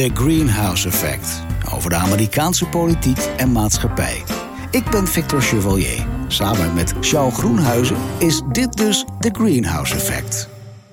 The Greenhouse Effect. Over de Amerikaanse politiek en maatschappij. Ik ben Victor Chevalier. Samen met Charles Groenhuizen is dit dus The Greenhouse Effect.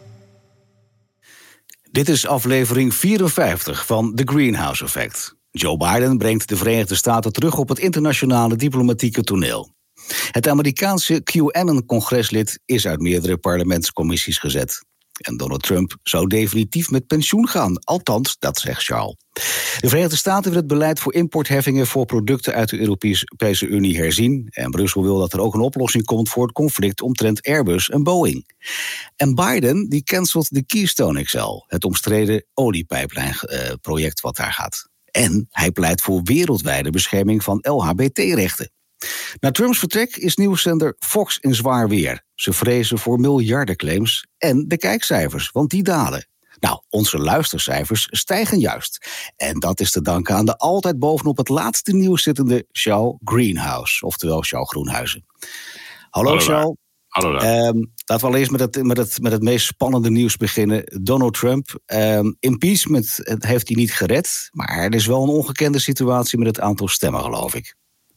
Dit is aflevering 54 van The Greenhouse Effect. Joe Biden brengt de Verenigde Staten terug op het internationale diplomatieke toneel. Het Amerikaanse QAnon-congreslid is uit meerdere parlementscommissies gezet. En Donald Trump zou definitief met pensioen gaan. Althans, dat zegt Charles. De Verenigde Staten wil het beleid voor importheffingen voor producten uit de Europese Unie herzien. En Brussel wil dat er ook een oplossing komt voor het conflict omtrent Airbus en Boeing. En Biden die cancelt de Keystone XL, het omstreden oliepijplijnproject wat daar gaat. En hij pleit voor wereldwijde bescherming van LHBT-rechten. Na Trumps vertrek is nieuwszender Fox in zwaar weer. Ze vrezen voor miljardenclaims en de kijkcijfers, want die dalen. Nou, onze luistercijfers stijgen juist. En dat is te danken aan de altijd bovenop het laatste nieuws zittende Charles Greenhouse, oftewel Charles Groenhuizen. Hallo Charles. Hallo. Laten we al eerst met het meest spannende nieuws beginnen. Donald Trump, impeachment heeft hij niet gered, maar er is wel een ongekende situatie met het aantal stemmen, geloof ik.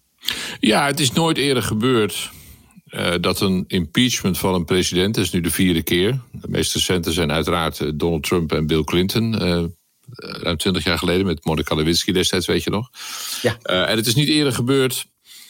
Ja, het is nooit eerder gebeurd dat een impeachment van een president, dat is nu de 4e keer. De meest recente zijn uiteraard Donald Trump en Bill Clinton, ruim 20 jaar geleden met Monica Lewinsky destijds, weet je nog. Ja. En het is niet eerder gebeurd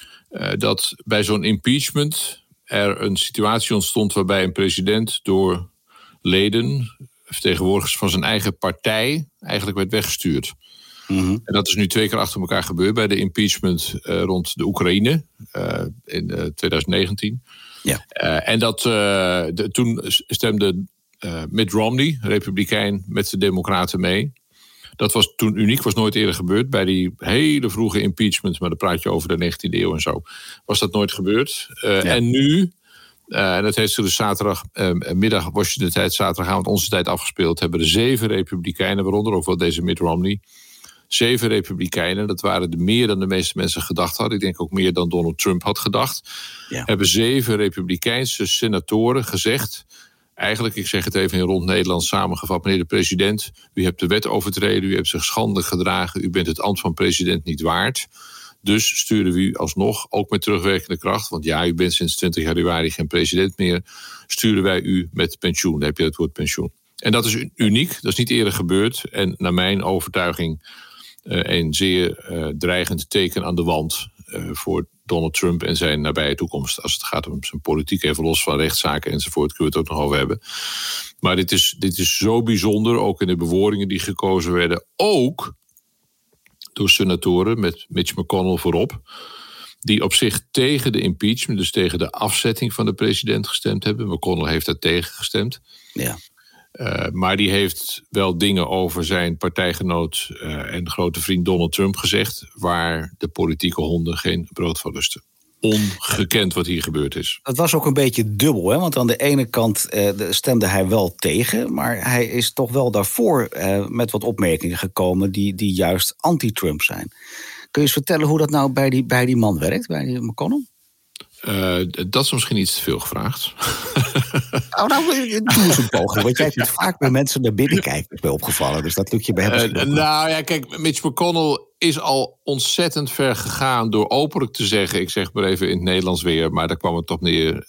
dat bij zo'n impeachment er een situatie ontstond waarbij een president door leden, vertegenwoordigers van zijn eigen partij, eigenlijk werd weggestuurd. Mm-hmm. En dat is nu 2 keer achter elkaar gebeurd bij de impeachment rond de Oekraïne in 2019. Ja. En toen stemde Mitt Romney, republikein, met de Democraten mee. Dat was toen uniek, was nooit eerder gebeurd. Bij die hele vroege impeachment, maar dan praat je over de 19e eeuw en zo, was dat nooit gebeurd. Ja. En nu, en dat heeft zich dus zaterdagmiddag, Washington tijd, zaterdagavond onze tijd afgespeeld, hebben er 7 republikeinen, waaronder ook wel deze Mitt Romney, 7 republikeinen, dat waren er meer dan de meeste mensen gedacht hadden. Ik denk ook meer dan Donald Trump had gedacht. Ja. Hebben 7 republikeinse senatoren gezegd, eigenlijk, ik zeg het even in rond Nederlands samengevat, meneer de president, u hebt de wet overtreden, u hebt zich schandig gedragen, u bent het ambt van president niet waard. Dus sturen we u alsnog, ook met terugwerkende kracht, want ja, u bent sinds 20 januari geen president meer, sturen wij u met pensioen. Dan heb je het woord pensioen. En dat is uniek, dat is niet eerder gebeurd. En naar mijn overtuiging een zeer dreigend teken aan de wand voor Donald Trump en zijn nabije toekomst. Als het gaat om zijn politiek, even los van rechtszaken enzovoort, kunnen we het ook nog over hebben. Maar dit is zo bijzonder, ook in de bewoordingen die gekozen werden, ook door senatoren met Mitch McConnell voorop, die op zich tegen de impeachment, dus tegen de afzetting van de president gestemd hebben. McConnell heeft daar tegen gestemd. Ja. Maar die heeft wel dingen over zijn partijgenoot en grote vriend Donald Trump gezegd, waar de politieke honden geen brood van lusten. Ongekend wat hier gebeurd is. Het was ook een beetje dubbel, hè? Want aan de ene kant stemde hij wel tegen, maar hij is toch wel daarvoor met wat opmerkingen gekomen die juist anti-Trump zijn. Kun je eens vertellen hoe dat nou bij die man werkt, bij die McConnell? Dat is misschien iets te veel gevraagd. Doe eens een poging. Want jij kunt vaak bij mensen naar binnen kijken, is mij opgevallen. Dus dat lukt je bij hem. Nou ja, kijk, Mitch McConnell is al ontzettend ver gegaan door openlijk te zeggen, ik zeg maar even in het Nederlands weer, maar daar kwam het toch neer.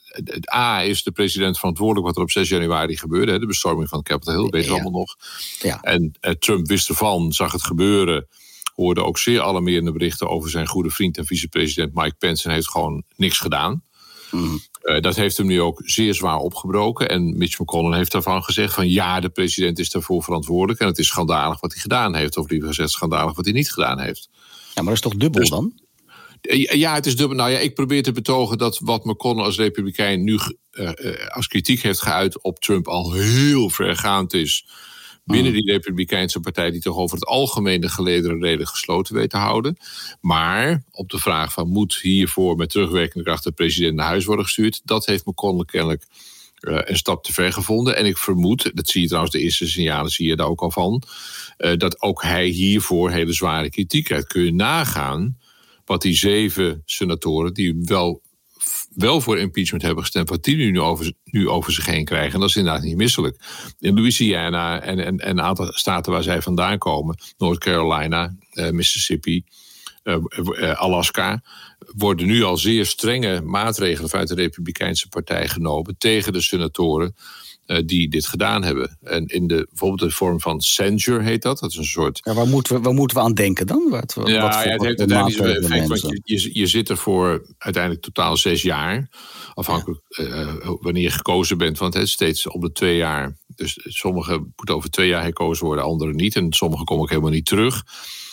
Is de president verantwoordelijk wat er op 6 januari gebeurde, de bestorming van het Capitol Hill, weet je allemaal nog. Ja. En Trump wist ervan, zag het gebeuren, hoorde ook zeer alarmerende berichten over zijn goede vriend en vicepresident Mike Pence en heeft gewoon niks gedaan. Mm. Dat heeft hem nu ook zeer zwaar opgebroken. En Mitch McConnell heeft daarvan gezegd van ja, de president is daarvoor verantwoordelijk en het is schandalig wat hij gedaan heeft. Of liever gezegd schandalig wat hij niet gedaan heeft. Ja, maar dat is toch dubbel dan? Ja, het is dubbel. Nou ja, ik probeer te betogen dat wat McConnell als republikein nu als kritiek heeft geuit op Trump al heel vergaand is binnen die Republikeinse partij, die toch over het algemeen de gelederen reden gesloten weet te houden. Maar op de vraag van moet hiervoor met terugwerkende kracht de president naar huis worden gestuurd, dat heeft McConnell kennelijk een stap te ver gevonden. En ik vermoed, dat zie je trouwens, de eerste signalen zie je daar ook al van, dat ook hij hiervoor hele zware kritiek krijgt. Kun je nagaan wat die 7 senatoren, die wel wel voor impeachment hebben gestemd, wat die nu over zich heen krijgen. En dat is inderdaad niet misselijk. In Louisiana en een aantal staten waar zij vandaan komen, North Carolina, Mississippi, Alaska, worden nu al zeer strenge maatregelen vanuit de Republikeinse Partij genomen tegen de senatoren die dit gedaan hebben. En bijvoorbeeld de vorm van censure heet dat. Dat is een soort. Ja, waar moeten we aan denken dan? Het heeft uiteindelijk niet zoveel effect, want je zit er voor uiteindelijk totaal 6 jaar. Afhankelijk wanneer je gekozen bent, want het is steeds om de 2 jaar. Dus sommige moeten over 2 jaar herkozen worden, andere niet. En sommige komen ook helemaal niet terug.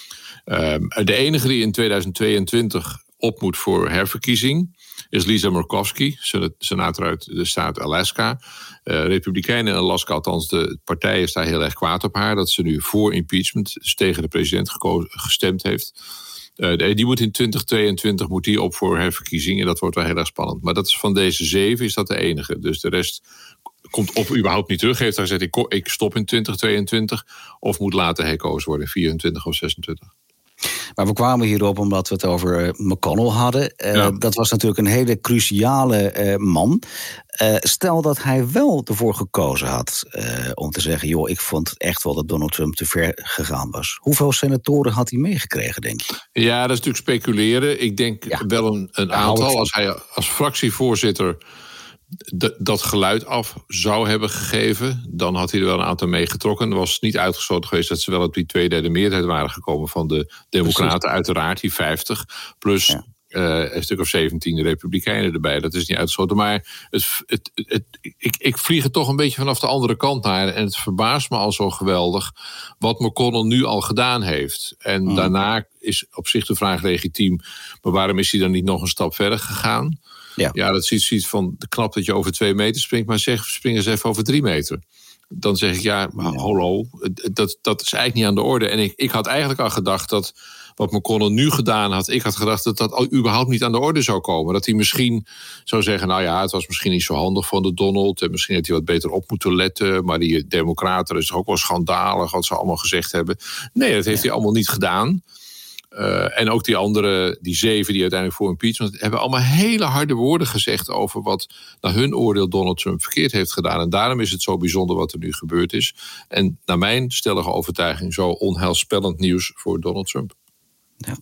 De enige die in 2022 op moet voor herverkiezing is Lisa Murkowski, senator uit de staat Alaska. Republikeinen in Alaska, althans de partij is daar heel erg kwaad op haar, dat ze nu voor impeachment, dus tegen de president gestemd heeft. Die moet in 2022 op voor herverkiezing en dat wordt wel heel erg spannend. Maar dat is van deze 7 is dat de enige. Dus de rest komt of überhaupt niet terug, heeft gezegd ik stop in 2022 of moet later herkozen worden, 24 of 26. Maar we kwamen hierop omdat we het over McConnell hadden. Dat was natuurlijk een hele cruciale man. Stel dat hij wel ervoor gekozen had om te zeggen, joh, ik vond het echt wel dat Donald Trump te ver gegaan was. Hoeveel senatoren had hij meegekregen, denk je? Ja, dat is natuurlijk speculeren. Ik denk wel een aantal. Als hij als fractievoorzitter dat geluid af zou hebben gegeven, dan had hij er wel een aantal meegetrokken. Er was niet uitgesloten geweest dat ze wel op die 2/3 meerderheid waren gekomen van de Democraten, uiteraard, die 50, plus een stuk of 17 Republikeinen erbij. Dat is niet uitgesloten. Maar ik vlieg er toch een beetje vanaf de andere kant naar. En het verbaast me al zo geweldig wat McConnell nu al gedaan heeft. En daarna is op zich de vraag legitiem, maar waarom is hij dan niet nog een stap verder gegaan? Ja, dat is iets van knap dat je over 2 meter springt, maar spring eens even over 3 meter. Dan zeg ik, hallo, dat is eigenlijk niet aan de orde. En ik had eigenlijk al gedacht dat wat McConnell nu gedaan had, ik had gedacht dat dat al überhaupt niet aan de orde zou komen. Dat hij misschien zou zeggen, het was misschien niet zo handig van de Donald, en misschien had hij wat beter op moeten letten, maar die democraten, dat is toch ook wel schandalig wat ze allemaal gezegd hebben. Nee, dat heeft hij allemaal niet gedaan. En ook die andere, die 7 die uiteindelijk voor impeachment, hebben allemaal hele harde woorden gezegd over wat naar hun oordeel Donald Trump verkeerd heeft gedaan. En daarom is het zo bijzonder wat er nu gebeurd is. En naar mijn stellige overtuiging zo onheilspellend nieuws voor Donald Trump. Ja.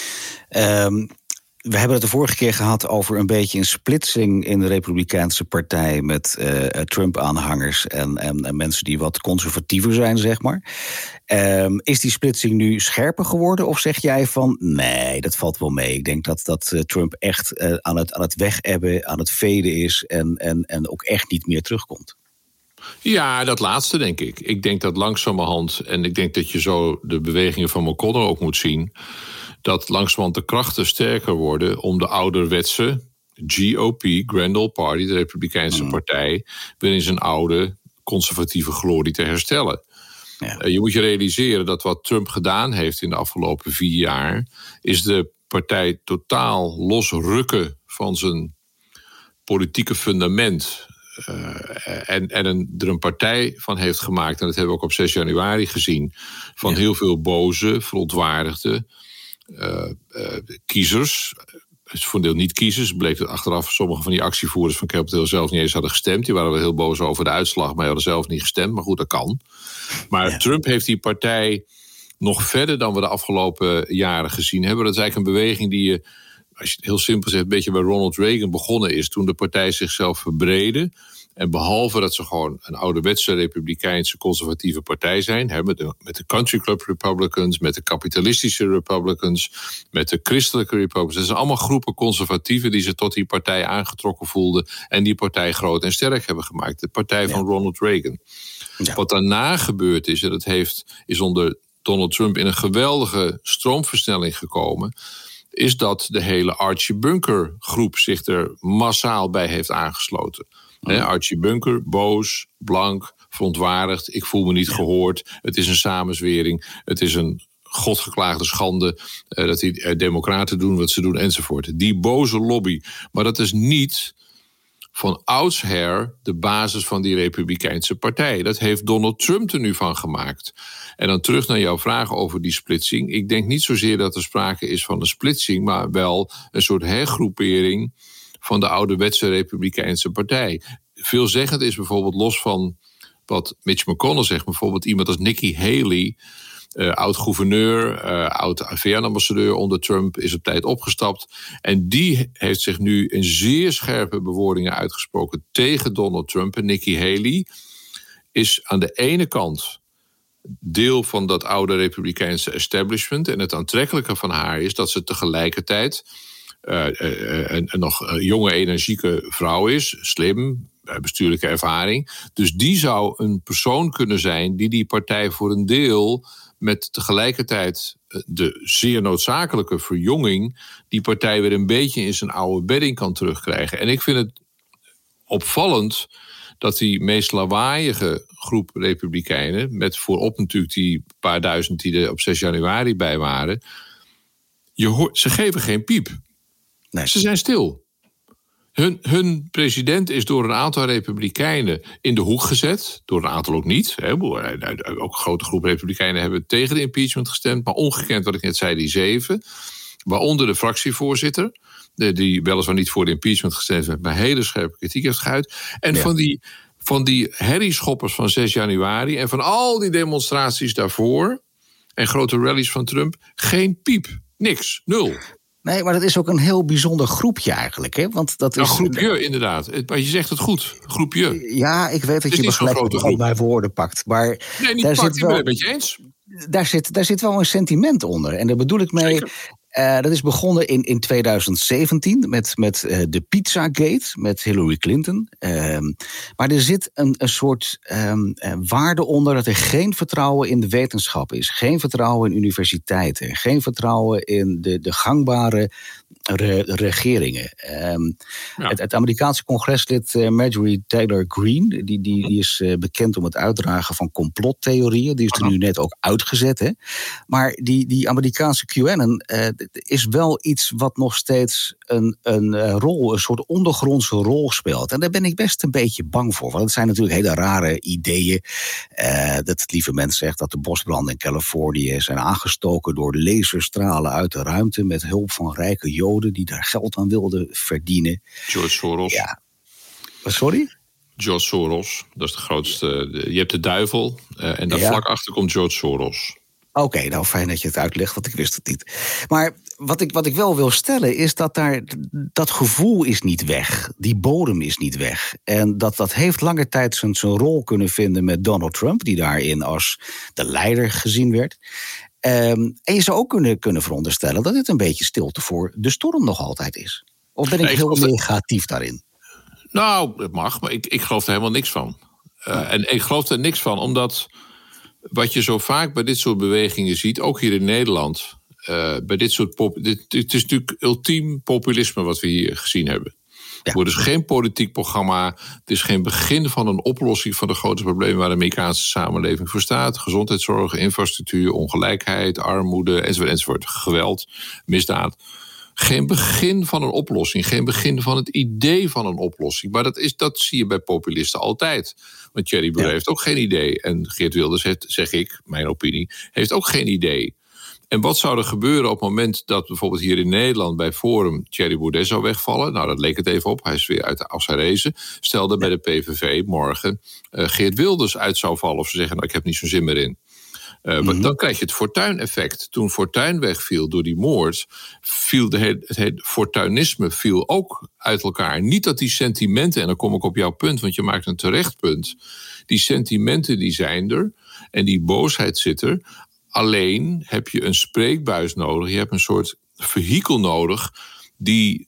We hebben het de vorige keer gehad over een beetje een splitsing in de Republikeinse Partij met Trump-aanhangers en mensen die wat conservatiever zijn, zeg maar. Is die splitsing nu scherper geworden of zeg jij van nee, dat valt wel mee. Ik denk dat Trump echt aan het wegebben, aan het veden is en ook echt niet meer terugkomt. Ja, dat laatste denk ik. Ik denk dat langzamerhand, en ik denk dat je zo de bewegingen van McConnell ook moet zien, dat langzamerhand de krachten sterker worden om de ouderwetse GOP, Grand Old Party, de Republikeinse Partij, weer in zijn oude conservatieve glorie te herstellen. Ja. Je moet je realiseren dat wat Trump gedaan heeft in de afgelopen 4 jaar, is de partij totaal losrukken van zijn politieke fundament. En er een partij van heeft gemaakt, en dat hebben we ook op 6 januari gezien, van heel veel boze, verontwaardigde kiezers. Voor een deel niet kiezers. Bleek dat achteraf sommige van die actievoerders van Capitol zelf niet eens hadden gestemd. Die waren wel heel boos over de uitslag, maar hadden zelf niet gestemd. Maar goed, dat kan. Maar Trump heeft die partij nog verder dan we de afgelopen jaren gezien hebben. Dat is eigenlijk een beweging die, als je het heel simpel zegt, een beetje bij Ronald Reagan begonnen is, toen de partij zichzelf verbreedde. En behalve dat ze gewoon een ouderwetse republikeinse conservatieve partij zijn, met de Country Club Republicans, met de kapitalistische Republicans, met de christelijke Republicans. Dat zijn allemaal groepen conservatieven die zich tot die partij aangetrokken voelden en die partij groot en sterk hebben gemaakt. De partij van Ronald Reagan. Ja. Wat daarna gebeurd is, en dat is onder Donald Trump in een geweldige stroomversnelling gekomen, is dat de hele Archie Bunker groep zich er massaal bij heeft aangesloten. Archie Bunker, boos, blank, verontwaardigd. Ik voel me niet gehoord. Het is een samenzwering. Het is een godgeklaagde schande dat die democraten doen wat ze doen enzovoort. Die boze lobby. Maar dat is niet van oudsher de basis van die Republikeinse partij. Dat heeft Donald Trump er nu van gemaakt. En dan terug naar jouw vraag over die splitsing. Ik denk niet zozeer dat er sprake is van een splitsing, maar wel een soort hergroepering van de ouderwetse Republikeinse partij. Veelzeggend is bijvoorbeeld, los van wat Mitch McConnell zegt, bijvoorbeeld iemand als Nikki Haley, oud-gouverneur, oud-VN-ambassadeur onder Trump, is op tijd opgestapt. En die heeft zich nu in zeer scherpe bewoordingen uitgesproken tegen Donald Trump. En Nikki Haley is aan de ene kant deel van dat oude Republikeinse establishment. En het aantrekkelijke van haar is dat ze tegelijkertijd een nog jonge, energieke vrouw is, slim, bestuurlijke ervaring. Dus die zou een persoon kunnen zijn die partij voor een deel met tegelijkertijd de zeer noodzakelijke verjonging die partij weer een beetje in zijn oude bedding kan terugkrijgen. En ik vind het opvallend dat die meest lawaaiige groep Republikeinen, met voorop natuurlijk die paar duizend die er op 6 januari bij waren, ze geven geen piep. Nee. Ze zijn stil. Hun president is door een aantal Republikeinen in de hoek gezet. Door een aantal ook niet. Ook een grote groep Republikeinen hebben tegen de impeachment gestemd. Maar ongekend wat ik net zei, die 7. Waaronder de fractievoorzitter. Die weliswaar niet voor de impeachment gestemd heeft, maar hele scherpe kritiek heeft geuit. En van die herrieschoppers van 6 januari en van al die demonstraties daarvoor en grote rallies van Trump, geen piep. Niks. 0. Nee, maar dat is ook een heel bijzonder groepje eigenlijk. Hè? Want dat is groepje, inderdaad. Maar je zegt het goed. Groepje. Ja, ik weet dat je me gelijk op mijn woorden pakt. Maar nee, niet pakt. Ik ben het met je eens. Daar zit wel een sentiment onder. En daar bedoel ik mee. Dat is begonnen in 2017 met de Pizzagate, met Hillary Clinton. Maar er zit een soort waarde onder dat er geen vertrouwen in de wetenschap is. Geen vertrouwen in universiteiten. Geen vertrouwen in de gangbare regeringen. Het Amerikaanse congreslid Marjorie Taylor Greene, die is bekend om het uitdragen van complottheorieën. Die is er nu net ook uitgezet. Hè? Maar die Amerikaanse QAnon is wel iets wat nog steeds een rol, een soort ondergrondse rol speelt. En daar ben ik best een beetje bang voor. Want het zijn natuurlijk hele rare ideeën. Dat het lieve mens zegt dat de bosbranden in Californië zijn aangestoken door laserstralen uit de ruimte met hulp van rijke Joden die daar geld aan wilden verdienen. George Soros. Ja. Sorry? George Soros, dat is de grootste. Je hebt de duivel en daar vlak achter komt George Soros. Oké, nou fijn dat je het uitlegt, want ik wist het niet. Maar wat ik wel wil stellen is dat dat gevoel is niet weg. Die bodem is niet weg. En dat heeft lange tijd zijn rol kunnen vinden met Donald Trump, die daarin als de leider gezien werd. En je zou ook kunnen veronderstellen dat dit een beetje stilte voor de storm nog altijd is. Of ben ik heel negatief daarin? Nou, het mag, maar ik geloof er helemaal niks van. En ik geloof er niks van, omdat wat je zo vaak bij dit soort bewegingen ziet, ook hier in Nederland, bij dit soort het is natuurlijk ultiem populisme wat we hier gezien hebben. Het wordt dus geen politiek programma. Het is geen begin van een oplossing van de grote problemen waar de Amerikaanse samenleving voor staat. Gezondheidszorg, infrastructuur, ongelijkheid, armoede, enzovoort. Geweld, misdaad. Geen begin van een oplossing. Geen begin van het idee van een oplossing. Maar dat zie je bij populisten altijd. Want Thierry Baudet heeft ook geen idee. En Geert Wilders, zeg ik, mijn opinie, heeft ook geen idee. En wat zou er gebeuren op het moment dat bijvoorbeeld hier in Nederland bij Forum Thierry Baudet zou wegvallen? Nou, dat leek het even op. Hij is weer uit de as herrezen. Stel dat bij de PVV morgen Geert Wilders uit zou vallen. Of ze zeggen, nou, ik heb niet zo'n zin meer in. Dan krijg je het Fortuyn-effect. Toen Fortuyn wegviel door die moord, viel het Fortuinisme viel ook uit elkaar. Niet dat die sentimenten, en dan kom ik op jouw punt, want je maakt een terecht punt. Die sentimenten die zijn er en die boosheid zit er. Alleen heb je een spreekbuis nodig. Je hebt een soort vehikel nodig die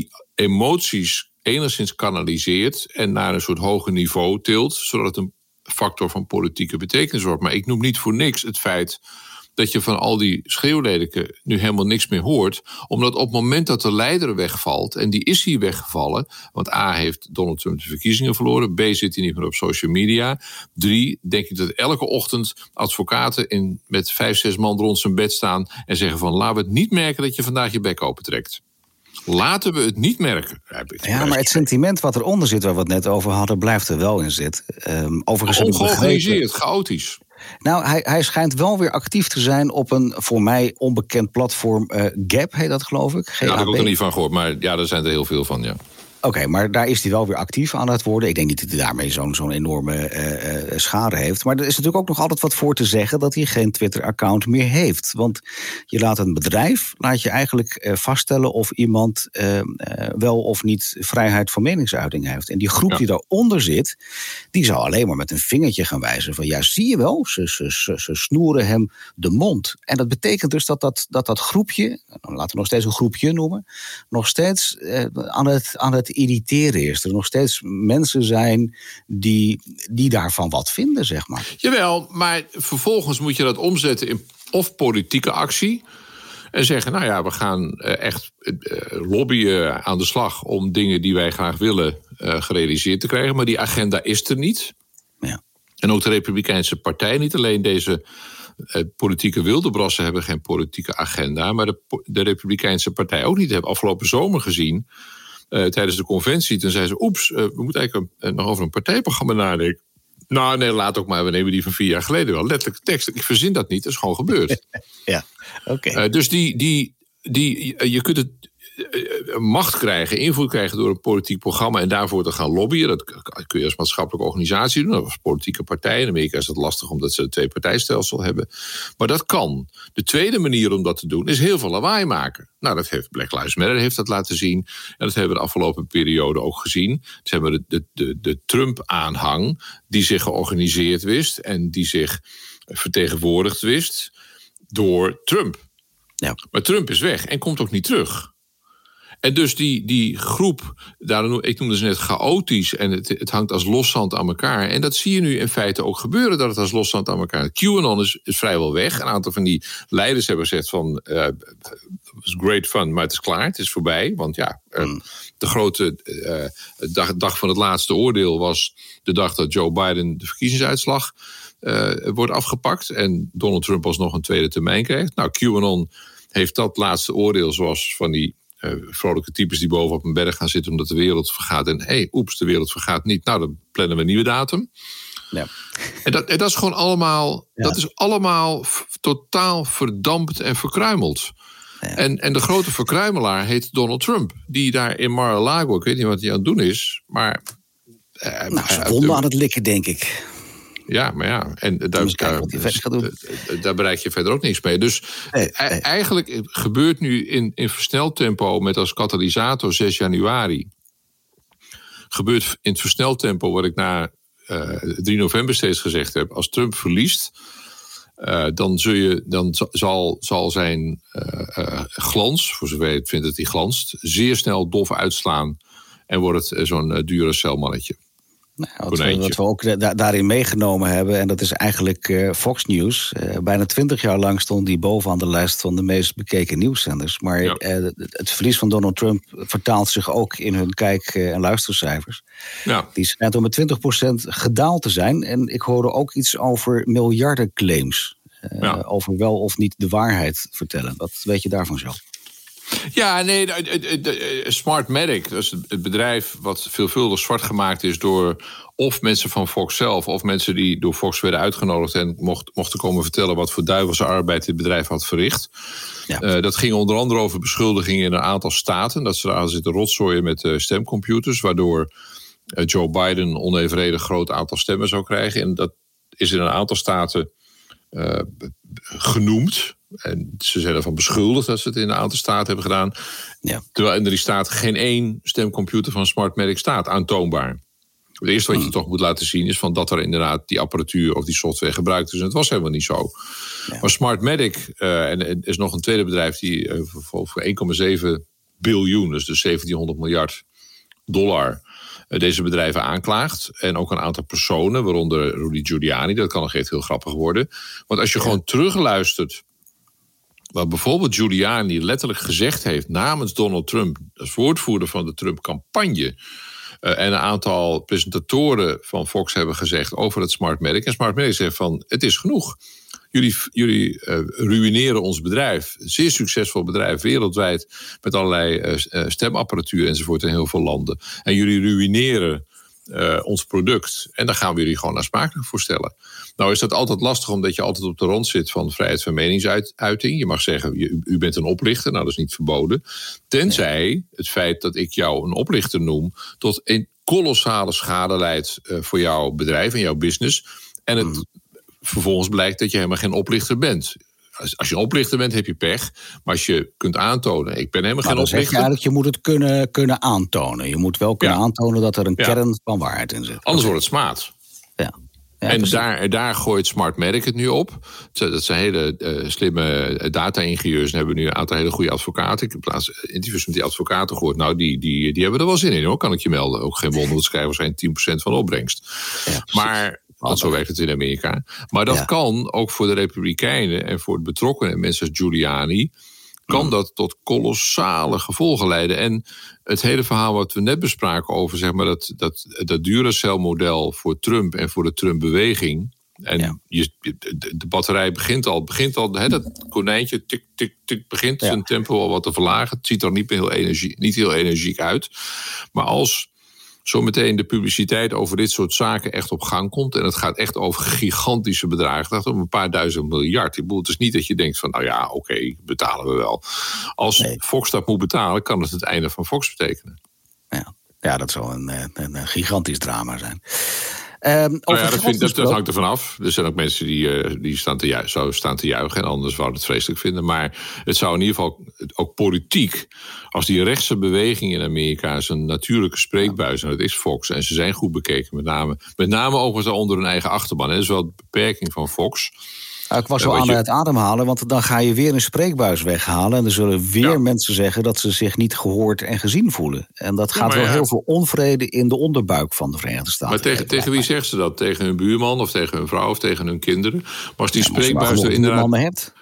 emoties enigszins kanaliseert en naar een soort hoger niveau tilt, zodat het een factor van politieke betekenis wordt. Maar ik noem niet voor niks het feit dat je van al die schreeuwlelijken nu helemaal niks meer hoort. Omdat op het moment dat de leider wegvalt, en die is hier weggevallen, want A, heeft Donald Trump de verkiezingen verloren, B, zit hij niet meer op social media, 3, denk ik dat elke ochtend advocaten met 5-6 man rond zijn bed staan en zeggen van, laten we het niet merken dat je vandaag je bek opentrekt. Laten we het niet merken. Ja, maar het sentiment wat eronder zit, waar we het net over hadden, blijft er wel in zitten. Ongeorganiseerd, chaotisch. Nou, hij schijnt wel weer actief te zijn op een voor mij onbekend platform. Gap heet dat, geloof ik. Ja, daar heb ik ook nog niet van gehoord, maar ja, daar zijn er heel veel van, ja. Oké, maar daar is hij wel weer actief aan het worden. Ik denk niet dat hij daarmee zo'n enorme schade heeft. Maar er is natuurlijk ook nog altijd wat voor te zeggen dat hij geen Twitter-account meer heeft. Want je laat een bedrijf, laat je eigenlijk vaststellen of iemand wel of niet vrijheid van meningsuiting heeft. En die groep die daaronder zit, die zou alleen maar met een vingertje gaan wijzen van ja, zie je wel, ze snoeren hem de mond. En dat betekent dus dat groepje, laten we nog steeds een groepje noemen, nog steeds aan het irriteren is. Er nog steeds mensen zijn die daarvan wat vinden, zeg maar. Jawel, maar vervolgens moet je dat omzetten in of politieke actie en zeggen, nou ja, we gaan echt lobbyen aan de slag om dingen die wij graag willen gerealiseerd te krijgen. Maar die agenda is er niet. Ja. En ook de Republikeinse Partij, niet alleen deze politieke wildebrassen hebben geen politieke agenda, maar de Republikeinse Partij ook niet. We hebben afgelopen zomer gezien, tijdens de conventie, toen zei ze, oeps, we moeten eigenlijk nog over een partijprogramma nadenken. Nou, nee, laat ook maar, we nemen die van 4 jaar geleden wel. Letterlijke tekst, ik verzin dat niet, dat is gewoon gebeurd. Ja, oké. Dus je kunt het macht krijgen, invloed krijgen door een politiek programma en daarvoor te gaan lobbyen. Dat kun je als maatschappelijke organisatie doen, of als politieke partij. In Amerika is dat lastig omdat ze een 2-partijstelsel hebben. Maar dat kan. De tweede manier om dat te doen is heel veel lawaai maken. Nou, dat heeft Black Lives Matter heeft dat laten zien. En dat hebben we de afgelopen periode ook gezien. Ze hebben de Trump-aanhang die zich georganiseerd wist en die zich vertegenwoordigd wist door Trump. Ja. Maar Trump is weg en komt ook niet terug. En dus die groep, ik noemde ze net chaotisch en het hangt als loszand aan elkaar. En dat zie je nu in feite ook gebeuren, dat het als loszand aan elkaar. QAnon is vrijwel weg. Een aantal van die leiders hebben gezegd van, it was great fun, maar het is klaar, het is voorbij. Want ja, de grote dag van het laatste oordeel was de dag dat Joe Biden de verkiezingsuitslag wordt afgepakt. En Donald Trump alsnog een tweede termijn krijgt. Nou, QAnon heeft dat laatste oordeel zoals van die vrolijke types die boven op een berg gaan zitten omdat de wereld vergaat. En de wereld vergaat niet. Nou, dan plannen we een nieuwe datum. Ja. En dat is gewoon allemaal, dat is allemaal totaal verdampt en verkruimeld. Ja. En de grote verkruimelaar heet Donald Trump. Die daar in Mar-a-Lago, ik weet niet wat hij aan het doen is, maar ze wonden aan het likken, denk ik. Ja, maar ja, en daar bereik je verder ook niks mee. Dus eigenlijk gebeurt nu in versneltempo met als katalysator 6 januari. Gebeurt in het versneltempo wat ik na 3 november steeds gezegd heb. Als Trump verliest, dan zal zijn glans, voor zover je het vindt dat hij glanst, zeer snel dof uitslaan en wordt het zo'n Duracell-mannetje. Nou, wat we ook daarin meegenomen hebben, en dat is eigenlijk Fox News. Bijna 20 jaar lang stond die bovenaan de lijst van de meest bekeken nieuwszenders. Maar het verlies van Donald Trump vertaalt zich ook in hun kijk- en luistercijfers. Ja. Die schijnt om met 20% gedaald te zijn. En ik hoorde ook iets over miljardenclaims. Over wel of niet de waarheid vertellen. Wat weet je daarvan zo? Ja, nee, Smartmatic, dat is het bedrijf wat veelvuldig zwart gemaakt is door of mensen van Fox zelf of mensen die door Fox werden uitgenodigd en mochten komen vertellen wat voor duivelse arbeid dit bedrijf had verricht. Ja. Dat ging onder andere over beschuldigingen in een aantal staten, dat ze daar zitten rotzooien met stemcomputers, waardoor Joe Biden een onevenredig groot aantal stemmen zou krijgen. En dat is in een aantal staten genoemd. En ze zijn ervan beschuldigd dat ze het in een aantal staten hebben gedaan. Ja. Terwijl in die staten geen één stemcomputer van Smartmatic staat, aantoonbaar. Het eerste wat je toch moet laten zien is van dat er inderdaad die apparatuur of die software gebruikt is. En het was helemaal niet zo. Ja. Maar Smartmatic, en er is nog een tweede bedrijf die voor 1,7 biljoen, dus $1700 miljard, deze bedrijven aanklaagt. En ook een aantal personen, waaronder Rudy Giuliani. Dat kan nog echt heel grappig worden. Want als je gewoon terugluistert wat bijvoorbeeld Giuliani letterlijk gezegd heeft namens Donald Trump, als woordvoerder van de Trump-campagne, en een aantal presentatoren van Fox hebben gezegd over het Smartmatic. En Smartmatic zegt van, het is genoeg. Jullie ruïneren ons bedrijf. Zeer succesvol bedrijf wereldwijd met allerlei stemapparatuur enzovoort in heel veel landen. En jullie ruïneren ons product. En daar gaan we jullie gewoon aansprakelijk voor stellen. Nou is dat altijd lastig, omdat je altijd op de rand zit van vrijheid van meningsuiting. Je mag zeggen, u bent een oplichter. Nou, dat is niet verboden. Tenzij het feit dat ik jou een oplichter noem tot een kolossale schade leidt voor jouw bedrijf en jouw business. En het vervolgens blijkt dat je helemaal geen oplichter bent. Als je een oplichter bent, heb je pech. Maar als je kunt aantonen, ik ben helemaal geen oplichter. Je moet het kunnen aantonen. Je moet wel kunnen aantonen dat er een kern van waarheid in zit. Anders wordt het smaad. Ja. Ja, en daar gooit Smartmatic het nu op. Dat zijn hele slimme data-ingenieurs en hebben nu een aantal hele goede advocaten. Ik heb laatst interviews met die advocaten gehoord. Nou, die hebben er wel zin in, hoor, kan ik je melden. Ook geen wonder, dat schrijven zijn 10% van de opbrengst. Ja, maar want zo werkt het in Amerika. Maar dat kan ook voor de Republikeinen en voor het betrokkenen mensen als Giuliani, kan dat tot kolossale gevolgen leiden. En het hele verhaal wat we net bespraken over, zeg maar, dat Duracell-model voor Trump en voor de Trump-beweging. En de batterij begint al dat konijntje tik, tik, tik, begint zijn tempo al wat te verlagen. Het ziet er niet heel energiek uit. Maar als zometeen de publiciteit over dit soort zaken echt op gang komt, en het gaat echt over gigantische bedragen, het gaat om een paar duizend miljard. Ik bedoel, het is niet dat je denkt van, nou ja, oké, betalen we wel. Als Fox dat moet betalen, kan het einde van Fox betekenen. Ja, dat zou een gigantisch drama zijn. Dat hangt er vanaf. Er zijn ook mensen die staan te juichen en anders zouden het vreselijk vinden. Maar het zou in ieder geval ook politiek, als die rechtse beweging in Amerika zijn natuurlijke spreekbuis, en dat is Fox, en ze zijn goed bekeken, met name overigens onder hun eigen achterban. En dat is wel de beperking van Fox. Ik was wel aan het ademhalen, want dan ga je weer een spreekbuis weghalen. En dan zullen weer mensen zeggen dat ze zich niet gehoord en gezien voelen. En dat gaat wel heel veel onvrede in de onderbuik van de Verenigde Staten. Maar tegen wie zeggen ze dat? Tegen hun buurman of tegen hun vrouw of tegen hun kinderen? Maar als die spreekbuis er inderdaad. Hebt.